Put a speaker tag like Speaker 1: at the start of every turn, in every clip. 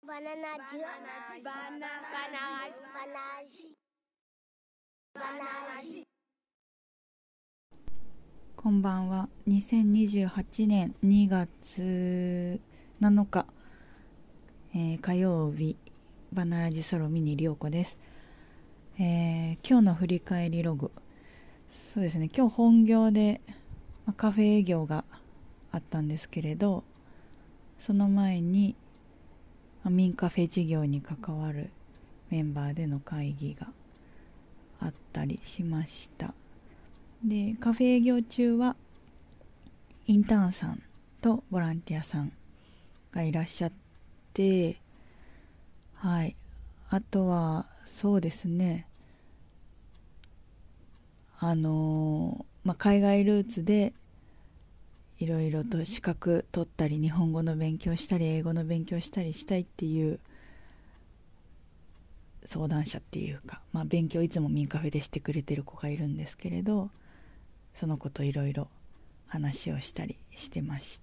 Speaker 1: バナナジュバナナジバナジ。
Speaker 2: こんばんは。2028年2月7日、火曜日、バナラジソロミニリョウコです。今日の振り返りログ。そうですね、今日本業で、カフェ営業があったんですけれど、その前に、民カフェ事業に関わるメンバーでの会議があったりしました。で、カフェ営業中はインターンさんとボランティアさんがいらっしゃって、はい、あとはそうですね、海外ルーツでいろいろと資格取ったり、日本語の勉強したり英語の勉強したりしたいっていう相談者っていうか、勉強いつもミンカフェでしてくれてる子がいるんですけれど、その子といろいろ話をしたりしてました。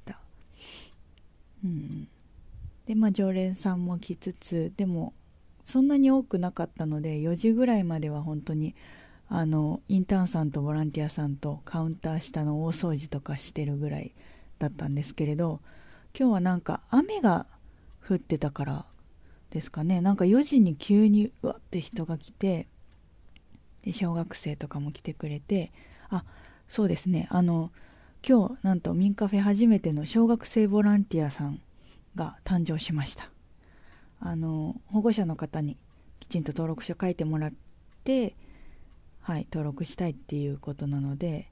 Speaker 2: で常連さんも来つつ、でもそんなに多くなかったので、4時ぐらいまでは本当にインターンさんとボランティアさんとカウンター下の大掃除とかしてるぐらいだったんですけれど、今日はなんか雨が降ってたからですかね、なんか4時に急にうわって人が来て、で小学生とかも来てくれて、そうですね、今日なんとミンカフェ初めての小学生ボランティアさんが誕生しました。保護者の方にきちんと登録書書いてもらって、はい、登録したいっていうことなので、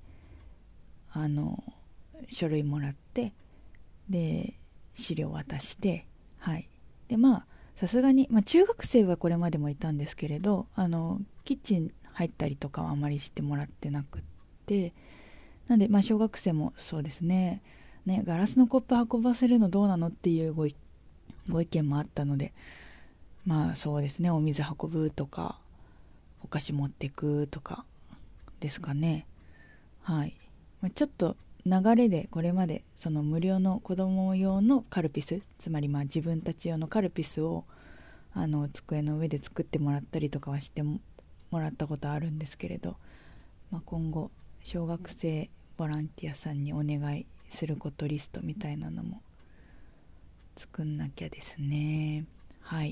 Speaker 2: 書類もらって、で資料渡して、はい、でさすがに、中学生はこれまでもいたんですけれど、キッチン入ったりとかはあまりしてもらってなくって、なんで小学生もそうですね、ガラスのコップ運ばせるのどうなのっていうご意見もあったので、そうですね、お水運ぶとかお菓子持ってくとかですかね。はい、ちょっと流れでこれまでその無料の子供用のカルピス、つまり自分たち用のカルピスを机の上で作ってもらったりとかはしてもらったことあるんですけれど、今後小学生ボランティアさんにお願いすることリストみたいなのも作んなきゃですね。はい、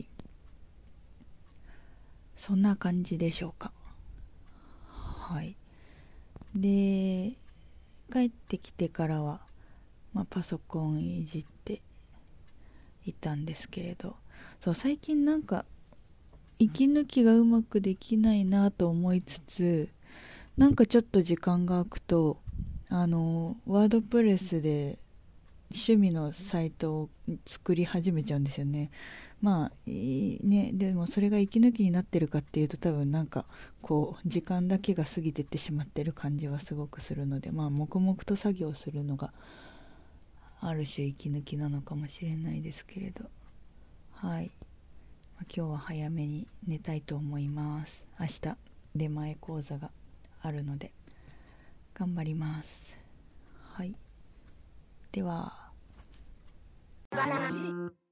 Speaker 2: そんな感じでしょうか。はい。で、帰ってきてからは、パソコンいじっていたんですけれど、そう、最近なんか息抜きがうまくできないなと思いつつ、なんかちょっと時間が空くとワードプレスで趣味のサイトを作り始めちゃうんですよね。でもそれが息抜きになってるかっていうと、多分なんかこう時間だけが過ぎてってしまってる感じはすごくするので、黙々と作業するのがある種息抜きなのかもしれないですけれど、はい、今日は早めに寝たいと思います。明日出前講座があるので頑張ります。はい、では。